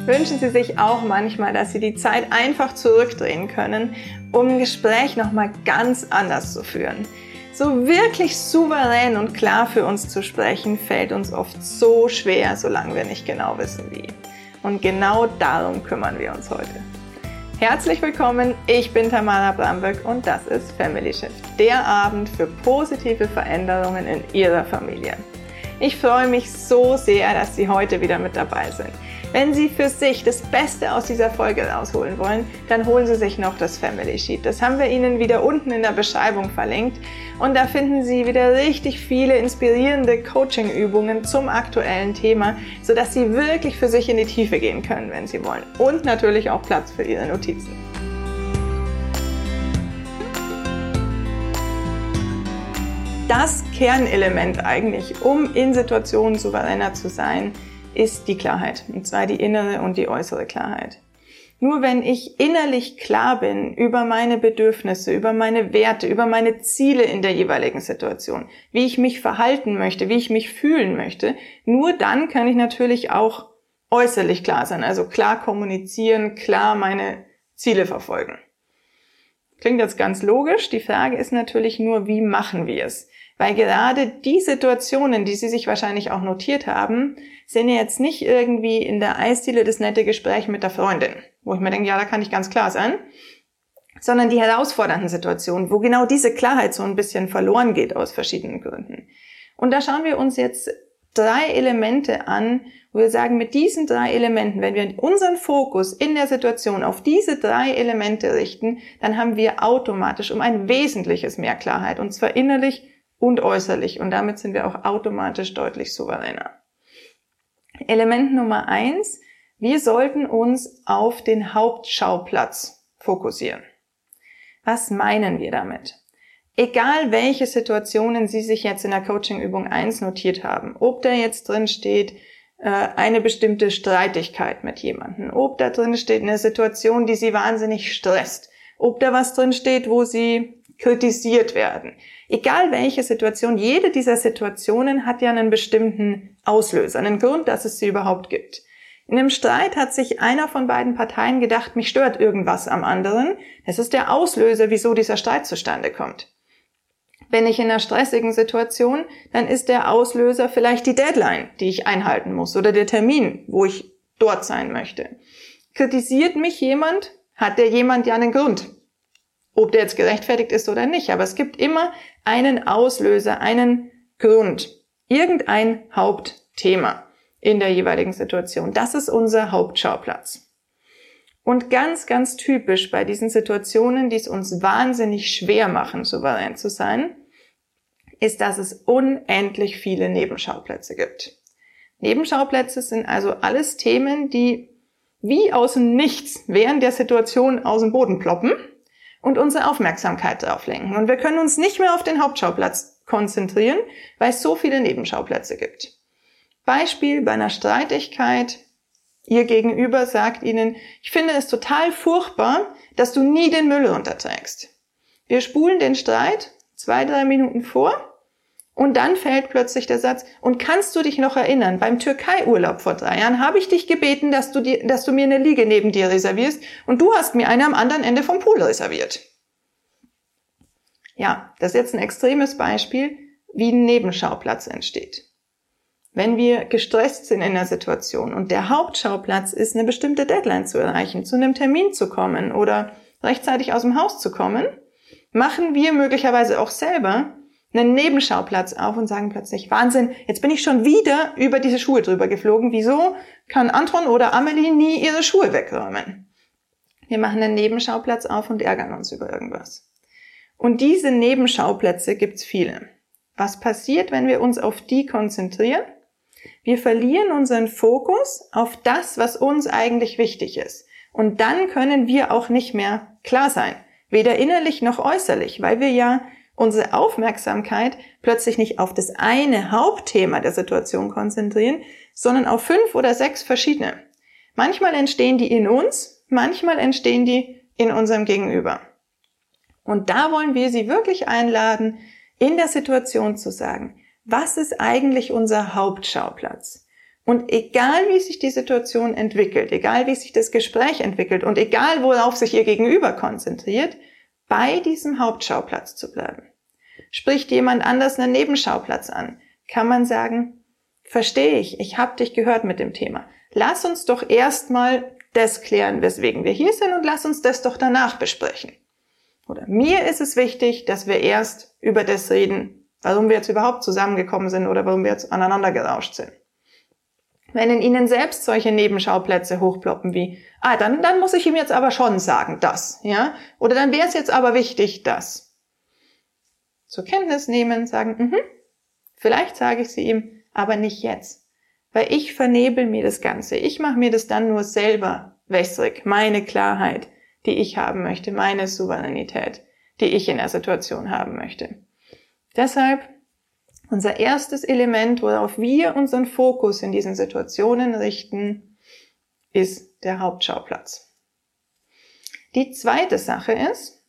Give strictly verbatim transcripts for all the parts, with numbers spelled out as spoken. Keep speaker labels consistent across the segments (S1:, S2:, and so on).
S1: Wünschen Sie sich auch manchmal, dass Sie die Zeit einfach zurückdrehen können, um ein Gespräch nochmal ganz anders zu führen? So wirklich souverän und klar für uns zu sprechen, fällt uns oft so schwer, solange wir nicht genau wissen, wie. Und genau darum kümmern wir uns heute. Herzlich willkommen, ich bin Tamara Bramböck und das ist Family Shift, der Abend für positive Veränderungen in Ihrer Familie. Ich freue mich so sehr, dass Sie heute wieder mit dabei sind. Wenn Sie für sich das Beste aus dieser Folge rausholen wollen, dann holen Sie sich noch das Family Sheet. Das haben wir Ihnen wieder unten in der Beschreibung verlinkt. Und da finden Sie wieder richtig viele inspirierende Coaching-Übungen zum aktuellen Thema, sodass Sie wirklich für sich in die Tiefe gehen können, wenn Sie wollen. Und natürlich auch Platz für Ihre Notizen. Das Kernelement eigentlich, um in Situationen souveräner zu sein, ist die Klarheit. Und zwar die innere und die äußere Klarheit. Nur wenn ich innerlich klar bin über meine Bedürfnisse, über meine Werte, über meine Ziele in der jeweiligen Situation, wie ich mich verhalten möchte, wie ich mich fühlen möchte, nur dann kann ich natürlich auch äußerlich klar sein, also klar kommunizieren, klar meine Ziele verfolgen. Klingt jetzt ganz logisch. Die Frage ist natürlich nur, wie machen wir es? Weil gerade die Situationen, die Sie sich wahrscheinlich auch notiert haben, sind ja jetzt nicht irgendwie in der Eisdiele das nette Gespräch mit der Freundin, wo ich mir denke, ja, da kann ich ganz klar sein, sondern die herausfordernden Situationen, wo genau diese Klarheit so ein bisschen verloren geht aus verschiedenen Gründen. Und da schauen wir uns jetzt drei Elemente an, wo wir sagen, mit diesen drei Elementen, wenn wir unseren Fokus in der Situation auf diese drei Elemente richten, dann haben wir automatisch um ein wesentliches mehr Klarheit, und zwar innerlich und äußerlich. Und damit sind wir auch automatisch deutlich souveräner. Element Nummer eins. Wir sollten uns auf den Hauptschauplatz fokussieren. Was meinen wir damit? Egal welche Situationen Sie sich jetzt in der Coaching-Übung eins notiert haben, ob da jetzt drin steht, eine bestimmte Streitigkeit mit jemandem, ob da drin steht eine Situation, die Sie wahnsinnig stresst, ob da was drin steht, wo Sie kritisiert werden. Egal welche Situation, jede dieser Situationen hat ja einen bestimmten Auslöser, einen Grund, dass es sie überhaupt gibt. In einem Streit hat sich einer von beiden Parteien gedacht, mich stört irgendwas am anderen. Das ist der Auslöser, wieso dieser Streit zustande kommt. Wenn ich in einer stressigen Situation, dann ist der Auslöser vielleicht die Deadline, die ich einhalten muss, oder der Termin, wo ich dort sein möchte. Kritisiert mich jemand, hat der jemand ja einen Grund. Ob der jetzt gerechtfertigt ist oder nicht, aber es gibt immer einen Auslöser, einen Grund, irgendein Hauptthema in der jeweiligen Situation. Das ist unser Hauptschauplatz. Und ganz, ganz typisch bei diesen Situationen, die es uns wahnsinnig schwer machen, souverän zu sein, ist, dass es unendlich viele Nebenschauplätze gibt. Nebenschauplätze sind also alles Themen, die wie aus dem Nichts während der Situation aus dem Boden ploppen und unsere Aufmerksamkeit drauf lenken. Und wir können uns nicht mehr auf den Hauptschauplatz konzentrieren, weil es so viele Nebenschauplätze gibt. Beispiel bei einer Streitigkeit. Ihr Gegenüber sagt Ihnen, ich finde es total furchtbar, dass du nie den Müll runterträgst. Wir spulen den Streit zwei, drei Minuten vor und dann fällt plötzlich der Satz, und kannst du dich noch erinnern, beim Türkei-Urlaub vor drei Jahren habe ich dich gebeten, dass du, dir, dass du mir eine Liege neben dir reservierst und du hast mir eine am anderen Ende vom Pool reserviert. Ja, das ist jetzt ein extremes Beispiel, wie ein Nebenschauplatz entsteht. Wenn wir gestresst sind in einer Situation und der Hauptschauplatz ist, eine bestimmte Deadline zu erreichen, zu einem Termin zu kommen oder rechtzeitig aus dem Haus zu kommen, machen wir möglicherweise auch selber einen Nebenschauplatz auf und sagen plötzlich, Wahnsinn, jetzt bin ich schon wieder über diese Schuhe drüber geflogen. Wieso kann Anton oder Amelie nie ihre Schuhe wegräumen? Wir machen einen Nebenschauplatz auf und ärgern uns über irgendwas. Und diese Nebenschauplätze gibt's viele. Was passiert, wenn wir uns auf die konzentrieren? Wir verlieren unseren Fokus auf das, was uns eigentlich wichtig ist. Und dann können wir auch nicht mehr klar sein. Weder innerlich noch äußerlich, weil wir ja unsere Aufmerksamkeit plötzlich nicht auf das eine Hauptthema der Situation konzentrieren, sondern auf fünf oder sechs verschiedene. Manchmal entstehen die in uns, manchmal entstehen die in unserem Gegenüber. Und da wollen wir Sie wirklich einladen, in der Situation zu sagen, was ist eigentlich unser Hauptschauplatz? Und egal wie sich die Situation entwickelt, egal wie sich das Gespräch entwickelt und egal worauf sich ihr Gegenüber konzentriert, bei diesem Hauptschauplatz zu bleiben. Spricht jemand anders einen Nebenschauplatz an, kann man sagen, verstehe ich, ich habe dich gehört mit dem Thema. Lass uns doch erstmal das klären, weswegen wir hier sind und lass uns das doch danach besprechen. Oder mir ist es wichtig, dass wir erst über das reden, warum wir jetzt überhaupt zusammengekommen sind oder warum wir jetzt aneinander gerauscht sind. Wenn in Ihnen selbst solche Nebenschauplätze hochploppen wie, ah, dann, dann muss ich ihm jetzt aber schon sagen, das, ja, oder dann wäre es jetzt aber wichtig, das. Zur Kenntnis nehmen, sagen, mhm, vielleicht sage ich sie ihm, aber nicht jetzt, weil ich vernebel mir das Ganze. Ich mache mir das dann nur selber wässrig, meine Klarheit, die ich haben möchte, meine Souveränität, die ich in der Situation haben möchte. Deshalb unser erstes Element, worauf wir unseren Fokus in diesen Situationen richten, ist der Hauptschauplatz. Die zweite Sache ist,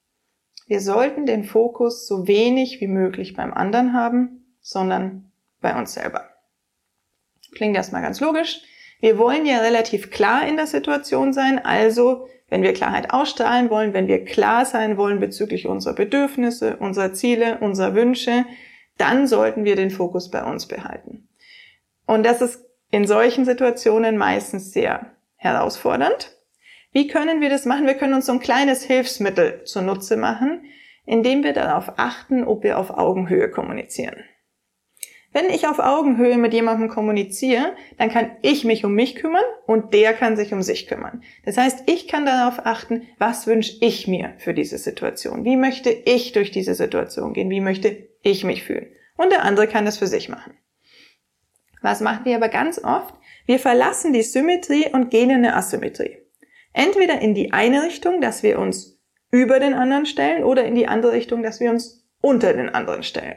S1: wir sollten den Fokus so wenig wie möglich beim anderen haben, sondern bei uns selber. Klingt erstmal ganz logisch. Wir wollen ja relativ klar in der Situation sein, also wenn wir Klarheit ausstrahlen wollen, wenn wir klar sein wollen bezüglich unserer Bedürfnisse, unserer Ziele, unserer Wünsche, dann sollten wir den Fokus bei uns behalten. Und das ist in solchen Situationen meistens sehr herausfordernd. Wie können wir das machen? Wir können uns so ein kleines Hilfsmittel zunutze machen, indem wir darauf achten, ob wir auf Augenhöhe kommunizieren. Wenn ich auf Augenhöhe mit jemandem kommuniziere, dann kann ich mich um mich kümmern und der kann sich um sich kümmern. Das heißt, ich kann darauf achten, was wünsche ich mir für diese Situation? Wie möchte ich durch diese Situation gehen? Wie möchte ich mich fühlen? Und der andere kann das für sich machen. Was machen wir aber ganz oft? Wir verlassen die Symmetrie und gehen in eine Asymmetrie. Entweder in die eine Richtung, dass wir uns über den anderen stellen, oder in die andere Richtung, dass wir uns unter den anderen stellen.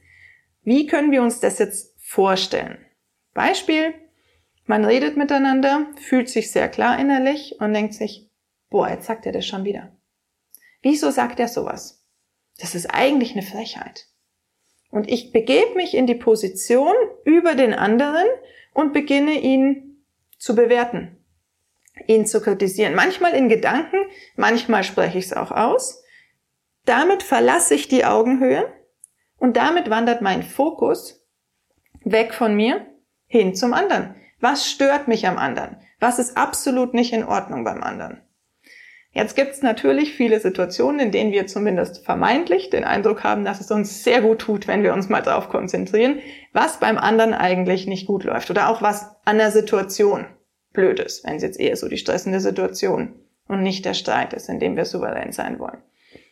S1: Wie können wir uns das jetzt vorstellen? Beispiel, man redet miteinander, fühlt sich sehr klar innerlich und denkt sich, boah, jetzt sagt er das schon wieder. Wieso sagt er sowas? Das ist eigentlich eine Frechheit. Und ich begebe mich in die Position über den anderen und beginne ihn zu bewerten, ihn zu kritisieren. Manchmal in Gedanken, manchmal spreche ich es auch aus. Damit verlasse ich die Augenhöhe. Und damit wandert mein Fokus weg von mir hin zum anderen. Was stört mich am anderen? Was ist absolut nicht in Ordnung beim anderen? Jetzt gibt es natürlich viele Situationen, in denen wir zumindest vermeintlich den Eindruck haben, dass es uns sehr gut tut, wenn wir uns mal darauf konzentrieren, was beim anderen eigentlich nicht gut läuft oder auch was an der Situation blöd ist, wenn es jetzt eher so die stressende Situation und nicht der Streit ist, in dem wir souverän sein wollen.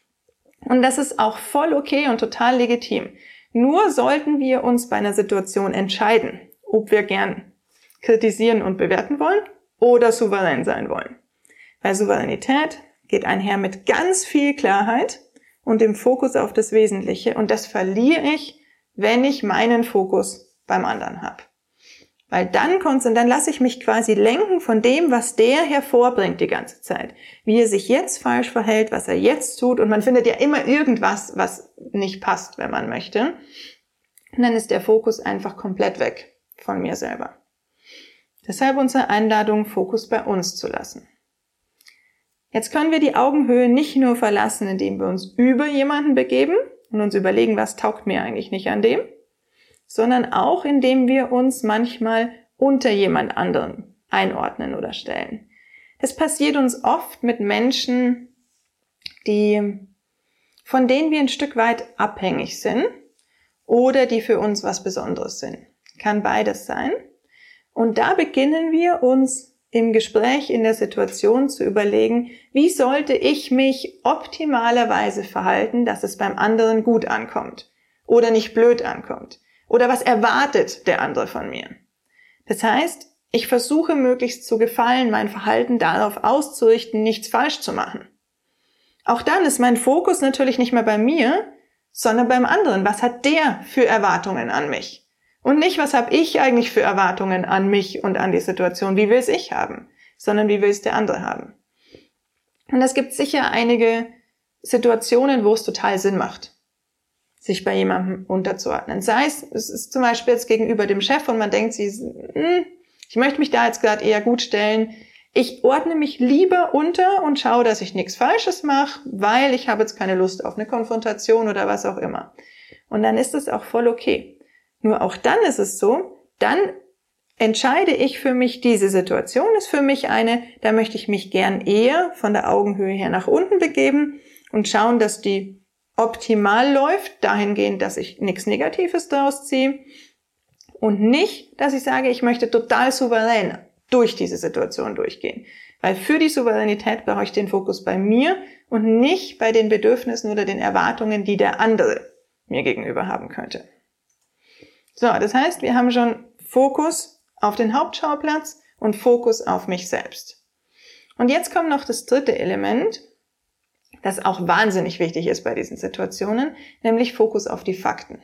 S1: Und das ist auch voll okay und total legitim. Nur sollten wir uns bei einer Situation entscheiden, ob wir gern kritisieren und bewerten wollen oder souverän sein wollen. Weil Souveränität geht einher mit ganz viel Klarheit und dem Fokus auf das Wesentliche. Und das verliere ich, wenn ich meinen Fokus beim anderen habe. Weil dann kommt's und dann lasse ich mich quasi lenken von dem, was der hervorbringt die ganze Zeit. Wie er sich jetzt falsch verhält, was er jetzt tut. Und man findet ja immer irgendwas, was nicht passt, wenn man möchte. Und dann ist der Fokus einfach komplett weg von mir selber. Deshalb unsere Einladung, Fokus bei uns zu lassen. Jetzt können wir die Augenhöhe nicht nur verlassen, indem wir uns über jemanden begeben und uns überlegen, was taugt mir eigentlich nicht an dem, sondern auch indem wir uns manchmal unter jemand anderem einordnen oder stellen. Das passiert uns oft mit Menschen, die, von denen wir ein Stück weit abhängig sind oder die für uns was Besonderes sind. Kann beides sein. Und da beginnen wir uns im Gespräch, in der Situation zu überlegen, wie sollte ich mich optimalerweise verhalten, dass es beim anderen gut ankommt oder nicht blöd ankommt. Oder was erwartet der andere von mir? Das heißt, ich versuche möglichst zu gefallen, mein Verhalten darauf auszurichten, nichts falsch zu machen. Auch dann ist mein Fokus natürlich nicht mehr bei mir, sondern beim anderen. Was hat der für Erwartungen an mich? Und nicht, was habe ich eigentlich für Erwartungen an mich und an die Situation? Wie will es ich haben? Sondern wie will es der andere haben? Und es gibt sicher einige Situationen, wo es total Sinn macht, sich bei jemandem unterzuordnen. Sei es, es ist zum Beispiel jetzt gegenüber dem Chef und man denkt, sie, hm, ich möchte mich da jetzt gerade eher gut stellen. Ich ordne mich lieber unter und schaue, dass ich nichts Falsches mache, weil ich habe jetzt keine Lust auf eine Konfrontation oder was auch immer. Und dann ist es auch voll okay. Nur auch dann ist es so, dann entscheide ich für mich, diese Situation ist für mich eine, da möchte ich mich gern eher von der Augenhöhe her nach unten begeben und schauen, dass die optimal läuft, dahingehend, dass ich nichts Negatives daraus ziehe und nicht, dass ich sage, ich möchte total souverän durch diese Situation durchgehen. Weil für die Souveränität brauche ich den Fokus bei mir und nicht bei den Bedürfnissen oder den Erwartungen, die der andere mir gegenüber haben könnte. So, das heißt, wir haben schon Fokus auf den Hauptschauplatz und Fokus auf mich selbst. Und jetzt kommt noch das dritte Element, das auch wahnsinnig wichtig ist bei diesen Situationen, nämlich Fokus auf die Fakten.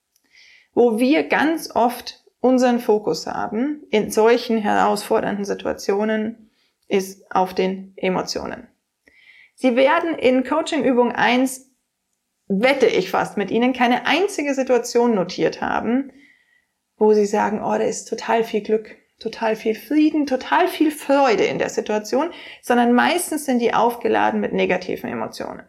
S1: Wo wir ganz oft unseren Fokus haben in solchen herausfordernden Situationen, ist auf den Emotionen. Sie werden in Coaching-Übung eins, wette ich fast mit Ihnen, keine einzige Situation notiert haben, wo Sie sagen, oh, da ist total viel Glück, total viel Frieden, total viel Freude in der Situation, sondern meistens sind die aufgeladen mit negativen Emotionen.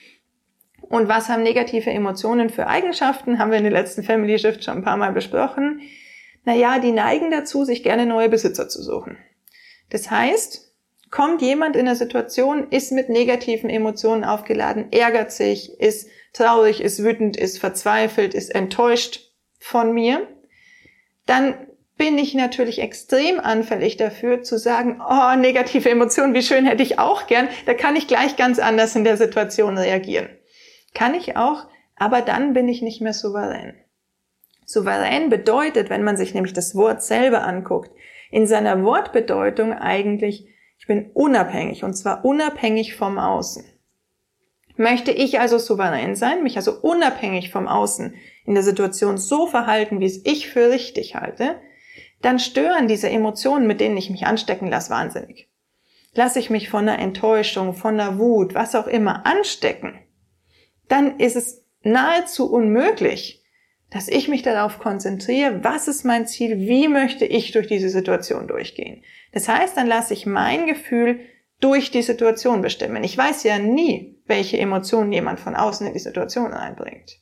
S1: Und was haben negative Emotionen für Eigenschaften? Haben wir in der letzten Family Shift schon ein paar Mal besprochen. Naja, die neigen dazu, sich gerne neue Besitzer zu suchen. Das heißt, kommt jemand in eine Situation, ist mit negativen Emotionen aufgeladen, ärgert sich, ist traurig, ist wütend, ist verzweifelt, ist enttäuscht von mir, dann bin ich natürlich extrem anfällig dafür zu sagen, oh, negative Emotionen, wie schön, hätte ich auch gern. Da kann ich gleich ganz anders in der Situation reagieren. Kann ich auch, aber dann bin ich nicht mehr souverän. Souverän bedeutet, wenn man sich nämlich das Wort selber anguckt, in seiner Wortbedeutung eigentlich, ich bin unabhängig und zwar unabhängig vom Außen. Möchte ich also souverän sein, mich also unabhängig vom Außen in der Situation so verhalten, wie es ich für richtig halte, dann stören diese Emotionen, mit denen ich mich anstecken lasse, wahnsinnig. Lasse ich mich von einer Enttäuschung, von einer Wut, was auch immer anstecken, dann ist es nahezu unmöglich, dass ich mich darauf konzentriere, was ist mein Ziel, wie möchte ich durch diese Situation durchgehen. Das heißt, dann lasse ich mein Gefühl durch die Situation bestimmen. Ich weiß ja nie, welche Emotionen jemand von außen in die Situation einbringt.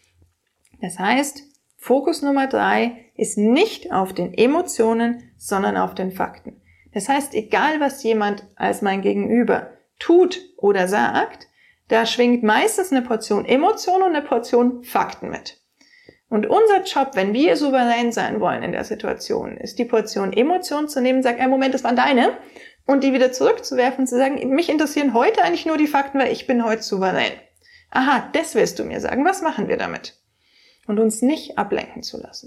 S1: Das heißt, Fokus Nummer drei ist nicht auf den Emotionen, sondern auf den Fakten. Das heißt, egal was jemand als mein Gegenüber tut oder sagt, da schwingt meistens eine Portion Emotion und eine Portion Fakten mit. Und unser Job, wenn wir souverän sein wollen in der Situation, ist die Portion Emotion zu nehmen und sagen, ey, Moment, das waren deine, und die wieder zurückzuwerfen und zu sagen, mich interessieren heute eigentlich nur die Fakten, weil ich bin heute souverän. Aha, das willst du mir sagen, was machen wir damit? Und uns nicht ablenken zu lassen.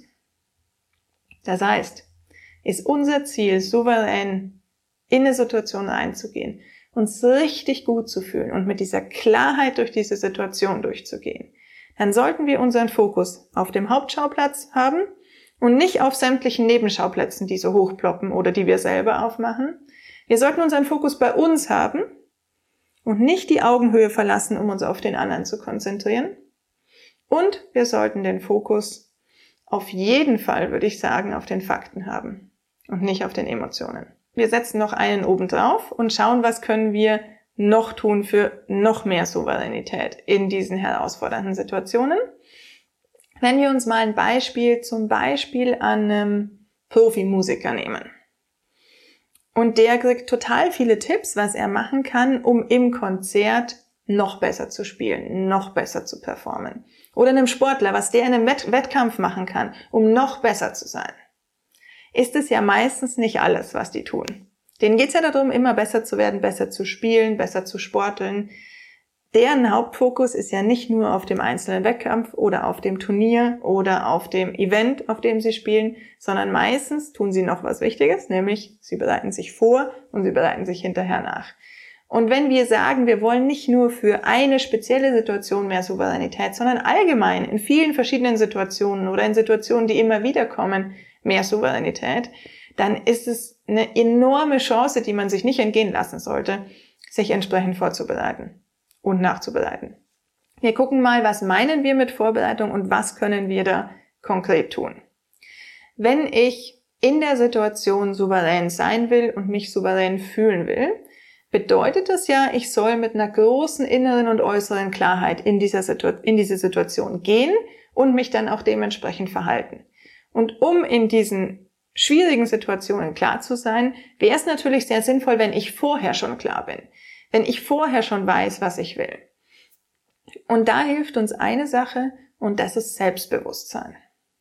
S1: Das heißt, ist unser Ziel, souverän in eine Situation reinzugehen, uns richtig gut zu fühlen und mit dieser Klarheit durch diese Situation durchzugehen, dann sollten wir unseren Fokus auf dem Hauptschauplatz haben und nicht auf sämtlichen Nebenschauplätzen, die so hochploppen oder die wir selber aufmachen. Wir sollten unseren Fokus bei uns haben und nicht die Augenhöhe verlassen, um uns auf den anderen zu konzentrieren. Und wir sollten den Fokus auf jeden Fall, würde ich sagen, auf den Fakten haben und nicht auf den Emotionen. Wir setzen noch einen oben drauf und schauen, was können wir noch tun für noch mehr Souveränität in diesen herausfordernden Situationen. Wenn wir uns mal ein Beispiel, zum Beispiel an einem Profimusiker nehmen. Und der kriegt total viele Tipps, was er machen kann, um im Konzert noch besser zu spielen, noch besser zu performen. Oder einem Sportler, was der in einem Wett- Wettkampf machen kann, um noch besser zu sein. Ist es ja meistens nicht alles, was die tun. Denen geht's ja darum, immer besser zu werden, besser zu spielen, besser zu sporteln. Deren Hauptfokus ist ja nicht nur auf dem einzelnen Wettkampf oder auf dem Turnier oder auf dem Event, auf dem sie spielen, sondern meistens tun sie noch was Wichtiges, nämlich sie bereiten sich vor und sie bereiten sich hinterher nach. Und wenn wir sagen, wir wollen nicht nur für eine spezielle Situation mehr Souveränität, sondern allgemein in vielen verschiedenen Situationen oder in Situationen, die immer wieder kommen, mehr Souveränität, dann ist es eine enorme Chance, die man sich nicht entgehen lassen sollte, sich entsprechend vorzubereiten und nachzubereiten. Wir gucken mal, was meinen wir mit Vorbereitung und was können wir da konkret tun. Wenn ich in der Situation souverän sein will und mich souverän fühlen will, bedeutet das ja, ich soll mit einer großen inneren und äußeren Klarheit in, dieser Situ- in diese Situation gehen und mich dann auch dementsprechend verhalten. Und um in diesen schwierigen Situationen klar zu sein, wäre es natürlich sehr sinnvoll, wenn ich vorher schon klar bin. Wenn ich vorher schon weiß, was ich will. Und da hilft uns eine Sache, und das ist Selbstbewusstsein.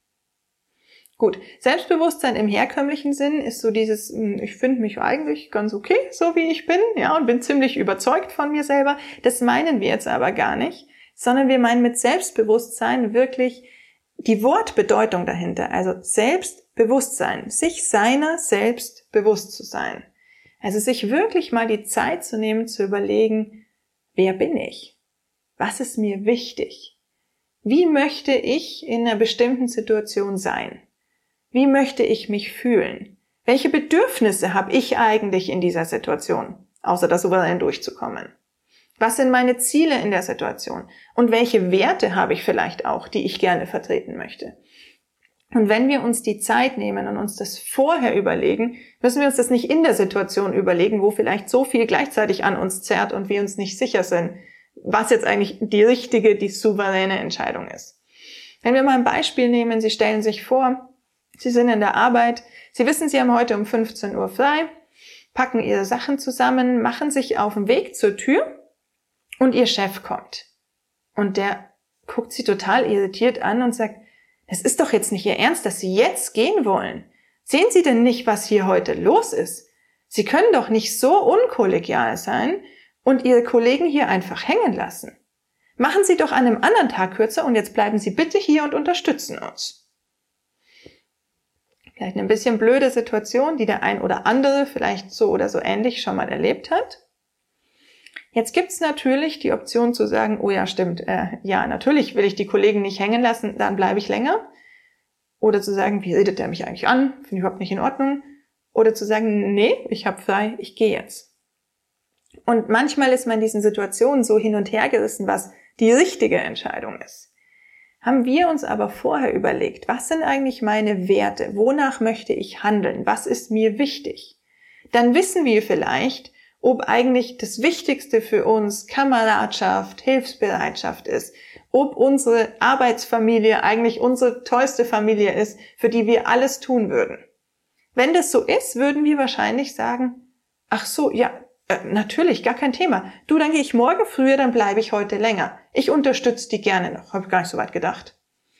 S1: Gut, Selbstbewusstsein im herkömmlichen Sinn ist so dieses, ich finde mich eigentlich ganz okay, so wie ich bin, ja, und bin ziemlich überzeugt von mir selber. Das meinen wir jetzt aber gar nicht, sondern wir meinen mit Selbstbewusstsein wirklich die Wortbedeutung dahinter, also Selbstbewusstsein, sich seiner selbst bewusst zu sein. Also sich wirklich mal die Zeit zu nehmen, zu überlegen, wer bin ich? Was ist mir wichtig? Wie möchte ich in einer bestimmten Situation sein? Wie möchte ich mich fühlen? Welche Bedürfnisse habe ich eigentlich in dieser Situation, außer da souverän durchzukommen? Was sind meine Ziele in der Situation? Und welche Werte habe ich vielleicht auch, die ich gerne vertreten möchte? Und wenn wir uns die Zeit nehmen und uns das vorher überlegen, müssen wir uns das nicht in der Situation überlegen, wo vielleicht so viel gleichzeitig an uns zerrt und wir uns nicht sicher sind, was jetzt eigentlich die richtige, die souveräne Entscheidung ist. Wenn wir mal ein Beispiel nehmen, Sie stellen sich vor, Sie sind in der Arbeit, Sie wissen, Sie haben heute um fünfzehn Uhr frei, packen Ihre Sachen zusammen, machen sich auf den Weg zur Tür und Ihr Chef kommt. Und der guckt Sie total irritiert an und sagt, es ist doch jetzt nicht Ihr Ernst, dass Sie jetzt gehen wollen. Sehen Sie denn nicht, was hier heute los ist? Sie können doch nicht so unkollegial sein und Ihre Kollegen hier einfach hängen lassen. Machen Sie doch an einem anderen Tag kürzer und jetzt bleiben Sie bitte hier und unterstützen uns. Vielleicht eine bisschen blöde Situation, die der ein oder andere vielleicht so oder so ähnlich schon mal erlebt hat. Jetzt gibt's natürlich die Option zu sagen, oh ja, stimmt, äh, ja, natürlich will ich die Kollegen nicht hängen lassen, dann bleibe ich länger. Oder zu sagen, wie redet der mich eigentlich an? Finde ich überhaupt nicht in Ordnung. Oder zu sagen, nee, ich habe frei, ich gehe jetzt. Und manchmal ist man in diesen Situationen so hin und her gerissen, was die richtige Entscheidung ist. Haben wir uns aber vorher überlegt, was sind eigentlich meine Werte? Wonach möchte ich handeln? Was ist mir wichtig? Dann wissen wir vielleicht, ob eigentlich das Wichtigste für uns Kameradschaft, Hilfsbereitschaft ist, ob unsere Arbeitsfamilie eigentlich unsere tollste Familie ist, für die wir alles tun würden. Wenn das so ist, würden wir wahrscheinlich sagen, ach so, ja, äh, natürlich, gar kein Thema. Du, dann gehe ich morgen früher, dann bleibe ich heute länger. Ich unterstütze die gerne noch, habe ich gar nicht so weit gedacht.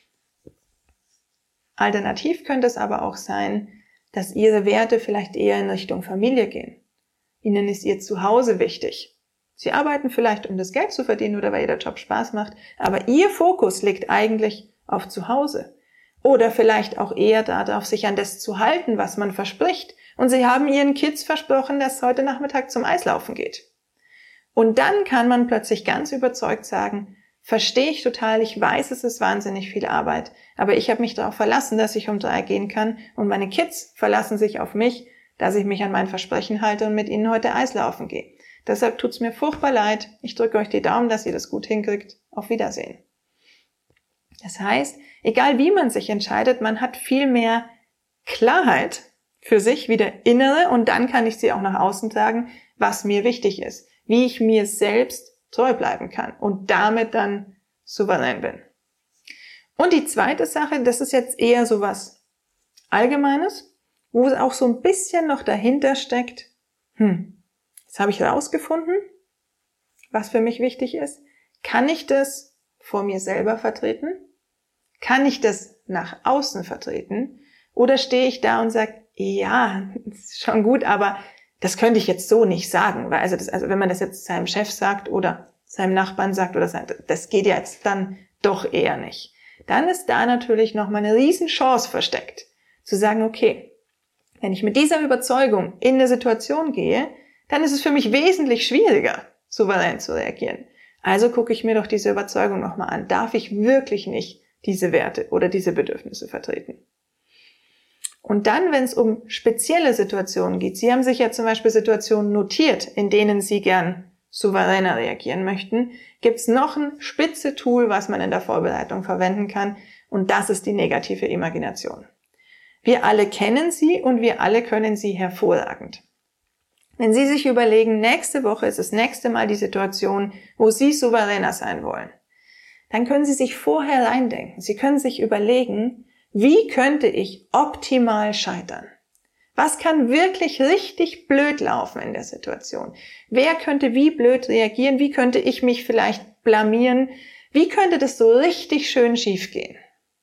S1: Alternativ könnte es aber auch sein, dass Ihre Werte vielleicht eher in Richtung Familie gehen. Ihnen ist Ihr Zuhause wichtig. Sie arbeiten vielleicht, um das Geld zu verdienen oder weil Ihr Job Spaß macht, aber Ihr Fokus liegt eigentlich auf Zuhause. Oder vielleicht auch eher darauf, sich an das zu halten, was man verspricht. Und Sie haben Ihren Kids versprochen, dass es heute Nachmittag zum Eislaufen geht. Und dann kann man plötzlich ganz überzeugt sagen, verstehe ich total, ich weiß, es ist wahnsinnig viel Arbeit, aber ich habe mich darauf verlassen, dass ich um drei gehen kann und meine Kids verlassen sich auf mich, dass ich mich an mein Versprechen halte und mit ihnen heute Eislaufen gehe. Deshalb tut's mir furchtbar leid, ich drücke euch die Daumen, dass ihr das gut hinkriegt. Auf Wiedersehen. Das heißt, egal wie man sich entscheidet, man hat viel mehr Klarheit für sich, wieder innere, und dann kann ich sie auch nach außen sagen, was mir wichtig ist, wie ich mir selbst treu bleiben kann und damit dann souverän bin. Und die zweite Sache, das ist jetzt eher so was Allgemeines, wo es auch so ein bisschen noch dahinter steckt, hm, jetzt habe ich herausgefunden, was für mich wichtig ist. Kann ich das vor mir selber vertreten? Kann ich das nach außen vertreten? Oder stehe ich da und sage, ja, ist schon gut, aber das könnte ich jetzt so nicht sagen. Weil also, das, also wenn man das jetzt seinem Chef sagt oder seinem Nachbarn sagt, oder sein, das geht ja jetzt dann doch eher nicht. Dann ist da natürlich nochmal eine riesen Chance versteckt, zu sagen, okay, wenn ich mit dieser Überzeugung in eine Situation gehe, dann ist es für mich wesentlich schwieriger, souverän zu reagieren. Also gucke ich mir doch diese Überzeugung nochmal an. Darf ich wirklich nicht diese Werte oder diese Bedürfnisse vertreten? Und dann, wenn es um spezielle Situationen geht, Sie haben sich ja zum Beispiel Situationen notiert, in denen Sie gern souveräner reagieren möchten, gibt's noch ein spitze Tool, was man in der Vorbereitung verwenden kann, und das ist die negative Imagination. Wir alle kennen sie und wir alle können sie hervorragend. Wenn Sie sich überlegen, nächste Woche ist das nächste Mal die Situation, wo Sie souveräner sein wollen, dann können Sie sich vorher reindenken. Sie können sich überlegen, wie könnte ich optimal scheitern? Was kann wirklich richtig blöd laufen in der Situation? Wer könnte wie blöd reagieren? Wie könnte ich mich vielleicht blamieren? Wie könnte das so richtig schön schief gehen?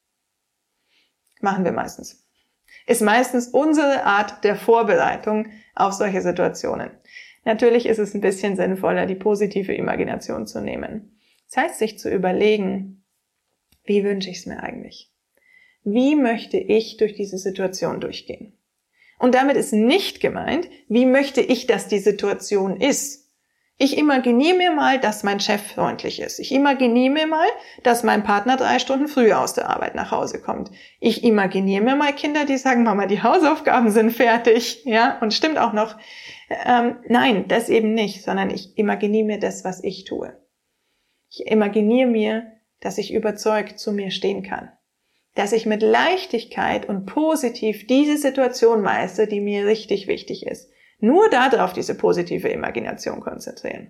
S1: Machen wir meistens. Ist meistens unsere Art der Vorbereitung auf solche Situationen. Natürlich ist es ein bisschen sinnvoller, die positive Imagination zu nehmen. Das heißt, sich zu überlegen, wie wünsche ich es mir eigentlich? Wie möchte ich durch diese Situation durchgehen? Und damit ist nicht gemeint, wie möchte ich, dass die Situation ist. Ich imaginiere mir mal, dass mein Chef freundlich ist. Ich imaginiere mir mal, dass mein Partner drei Stunden früher aus der Arbeit nach Hause kommt. Ich imaginiere mir mal Kinder, die sagen, Mama, die Hausaufgaben sind fertig, ja, und stimmt auch noch. Ähm, nein, das eben nicht, sondern ich imaginiere mir das, was ich tue. Ich imaginiere mir, dass ich überzeugt zu mir stehen kann. Dass ich mit Leichtigkeit und positiv diese Situation meistere, die mir richtig wichtig ist. Nur darauf diese positive Imagination konzentrieren.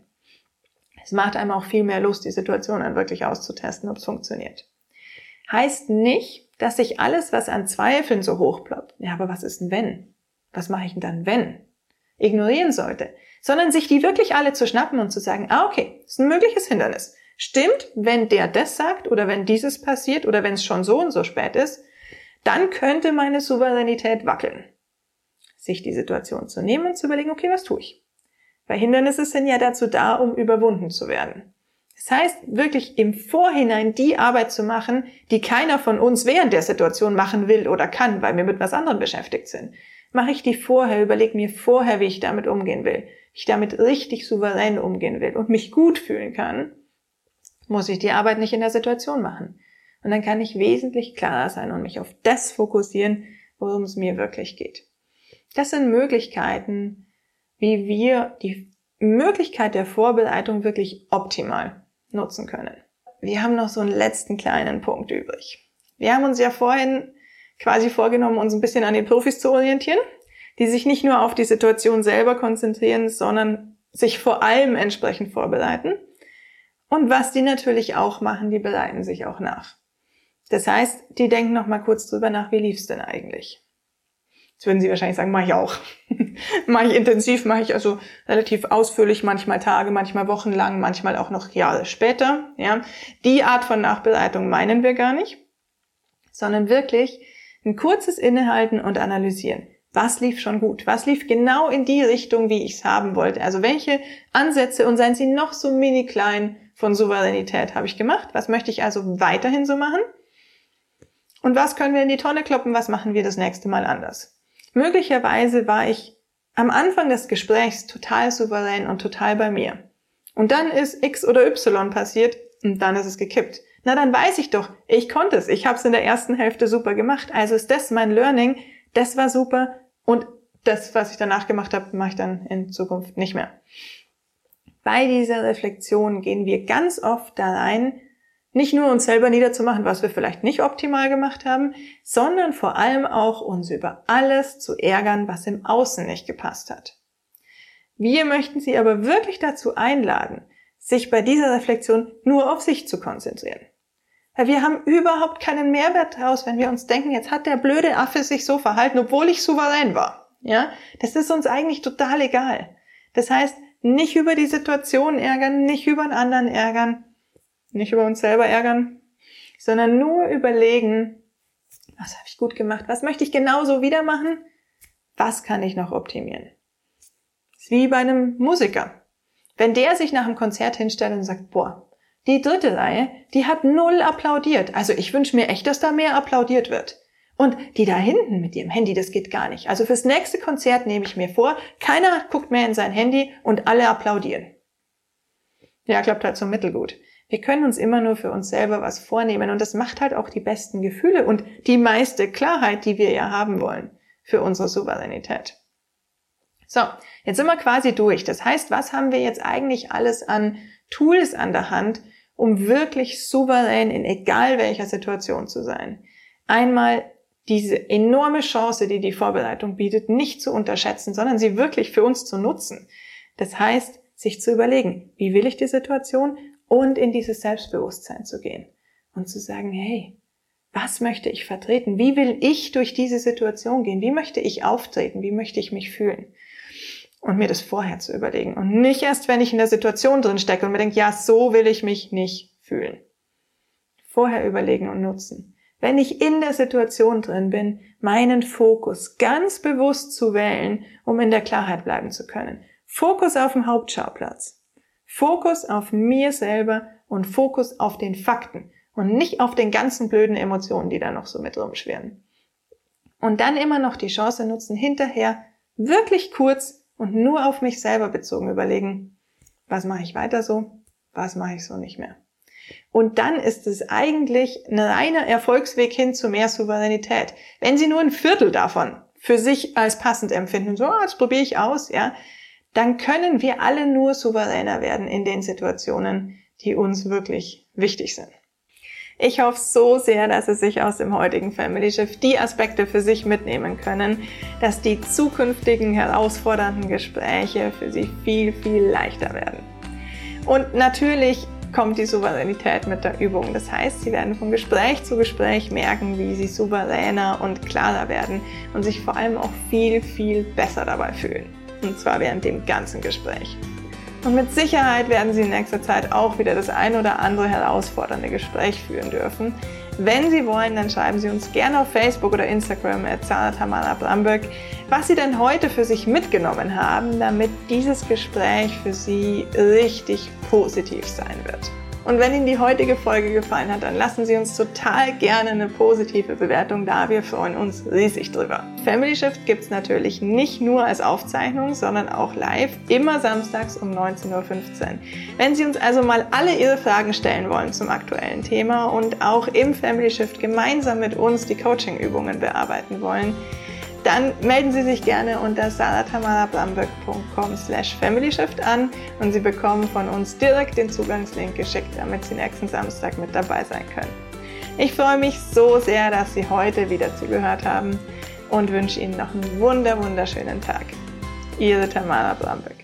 S1: Es macht einem auch viel mehr Lust, die Situation dann wirklich auszutesten, ob es funktioniert. Heißt nicht, dass sich alles, was an Zweifeln so hochploppt, ja, aber was ist denn wenn? Was mache ich denn dann wenn? Ignorieren sollte. Sondern sich die wirklich alle zu schnappen und zu sagen, ah, okay, das ist ein mögliches Hindernis. Stimmt, wenn der das sagt oder wenn dieses passiert oder wenn es schon so und so spät ist, dann könnte meine Souveränität wackeln. Sich die Situation zu nehmen und zu überlegen, okay, was tue ich? Weil Hindernisse sind ja dazu da, um überwunden zu werden. Das heißt, wirklich im Vorhinein die Arbeit zu machen, die keiner von uns während der Situation machen will oder kann, weil wir mit was anderem beschäftigt sind. Mache ich die vorher, überlege mir vorher, wie ich damit umgehen will, wie ich damit richtig souverän umgehen will und mich gut fühlen kann, muss ich die Arbeit nicht in der Situation machen. Und dann kann ich wesentlich klarer sein und mich auf das fokussieren, worum es mir wirklich geht. Das sind Möglichkeiten, wie wir die Möglichkeit der Vorbereitung wirklich optimal nutzen können. Wir haben noch so einen letzten kleinen Punkt übrig. Wir haben uns ja vorhin quasi vorgenommen, uns ein bisschen an den Profis zu orientieren, die sich nicht nur auf die Situation selber konzentrieren, sondern sich vor allem entsprechend vorbereiten. Und was die natürlich auch machen, die bereiten sich auch nach. Das heißt, die denken noch mal kurz drüber nach, wie lief's denn eigentlich? Jetzt würden Sie wahrscheinlich sagen, mache ich auch. Mache ich intensiv, mache ich also relativ ausführlich, manchmal Tage, manchmal Wochen lang, manchmal auch noch Jahre später. Ja, die Art von Nachbereitung meinen wir gar nicht, sondern wirklich ein kurzes Innehalten und Analysieren. Was lief schon gut? Was lief genau in die Richtung, wie ich es haben wollte? Also welche Ansätze, und seien sie noch so mini klein, von Souveränität habe ich gemacht? Was möchte ich also weiterhin so machen? Und was können wir in die Tonne kloppen? Was machen wir das nächste Mal anders? Möglicherweise war ich am Anfang des Gesprächs total souverän und total bei mir. Und dann ist X oder Y passiert und dann ist es gekippt. Na, dann weiß ich doch, ich konnte es. Ich habe es in der ersten Hälfte super gemacht. Also ist das mein Learning. Das war super. Und das, was ich danach gemacht habe, mache ich dann in Zukunft nicht mehr. Bei dieser Reflexion gehen wir ganz oft da rein, nicht nur uns selber niederzumachen, was wir vielleicht nicht optimal gemacht haben, sondern vor allem auch uns über alles zu ärgern, was im Außen nicht gepasst hat. Wir möchten Sie aber wirklich dazu einladen, sich bei dieser Reflexion nur auf sich zu konzentrieren. Weil wir haben überhaupt keinen Mehrwert daraus, wenn wir uns denken, jetzt hat der blöde Affe sich so verhalten, obwohl ich souverän war. Ja, das ist uns eigentlich total egal. Das heißt, nicht über die Situation ärgern, nicht über einen anderen ärgern, nicht über uns selber ärgern, sondern nur überlegen, was habe ich gut gemacht, was möchte ich genauso wieder machen, was kann ich noch optimieren. Das ist wie bei einem Musiker. Wenn der sich nach einem Konzert hinstellt und sagt, boah, die dritte Reihe, die hat null applaudiert. Also ich wünsche mir echt, dass da mehr applaudiert wird. Und die da hinten mit ihrem Handy, das geht gar nicht. Also fürs nächste Konzert nehme ich mir vor, keiner guckt mehr in sein Handy und alle applaudieren. Ja, klappt halt so mittelgut. Wir können uns immer nur für uns selber was vornehmen und das macht halt auch die besten Gefühle und die meiste Klarheit, die wir ja haben wollen für unsere Souveränität. So, jetzt sind wir quasi durch. Das heißt, was haben wir jetzt eigentlich alles an Tools an der Hand, um wirklich souverän in egal welcher Situation zu sein? Einmal diese enorme Chance, die die Vorbereitung bietet, nicht zu unterschätzen, sondern sie wirklich für uns zu nutzen. Das heißt, sich zu überlegen, wie will ich die Situation und in dieses Selbstbewusstsein zu gehen und zu sagen, hey, was möchte ich vertreten? Wie will ich durch diese Situation gehen? Wie möchte ich auftreten? Wie möchte ich mich fühlen? Und mir das vorher zu überlegen und nicht erst, wenn ich in der Situation drin stecke und mir denke, ja, so will ich mich nicht fühlen. Vorher überlegen und nutzen. Wenn ich in der Situation drin bin, meinen Fokus ganz bewusst zu wählen, um in der Klarheit bleiben zu können. Fokus auf dem Hauptschauplatz. Fokus auf mir selber und Fokus auf den Fakten und nicht auf den ganzen blöden Emotionen, die da noch so mit rumschwirren. Und dann immer noch die Chance nutzen, hinterher wirklich kurz und nur auf mich selber bezogen überlegen, was mache ich weiter so, was mache ich so nicht mehr. Und dann ist es eigentlich ein reiner Erfolgsweg hin zu mehr Souveränität. Wenn Sie nur ein Viertel davon für sich als passend empfinden, so, das probiere ich aus, ja, dann können wir alle nur souveräner werden in den Situationen, die uns wirklich wichtig sind. Ich hoffe so sehr, dass Sie sich aus dem heutigen Family Shift die Aspekte für sich mitnehmen können, dass die zukünftigen herausfordernden Gespräche für Sie viel, viel leichter werden. Und natürlich kommt die Souveränität mit der Übung. Das heißt, Sie werden von Gespräch zu Gespräch merken, wie Sie souveräner und klarer werden und sich vor allem auch viel, viel besser dabei fühlen. Und zwar während dem ganzen Gespräch. Und mit Sicherheit werden Sie in nächster Zeit auch wieder das ein oder andere herausfordernde Gespräch führen dürfen. Wenn Sie wollen, dann schreiben Sie uns gerne auf Facebook oder Instagram at Sarah Tamara Bramberg, was Sie denn heute für sich mitgenommen haben, damit dieses Gespräch für Sie richtig positiv sein wird. Und wenn Ihnen die heutige Folge gefallen hat, dann lassen Sie uns total gerne eine positive Bewertung da. Wir freuen uns riesig drüber. Family Shift gibt's natürlich nicht nur als Aufzeichnung, sondern auch live, immer samstags um neunzehn Uhr fünfzehn. Wenn Sie uns also mal alle Ihre Fragen stellen wollen zum aktuellen Thema und auch im Family Shift gemeinsam mit uns die Coaching-Übungen bearbeiten wollen, dann melden Sie sich gerne unter sarah tamara bramberg punkt com slash family shift an und Sie bekommen von uns direkt den Zugangslink geschickt, damit Sie nächsten Samstag mit dabei sein können. Ich freue mich so sehr, dass Sie heute wieder zugehört haben und wünsche Ihnen noch einen wunder, wunderschönen Tag. Ihre Tamara Bramberg.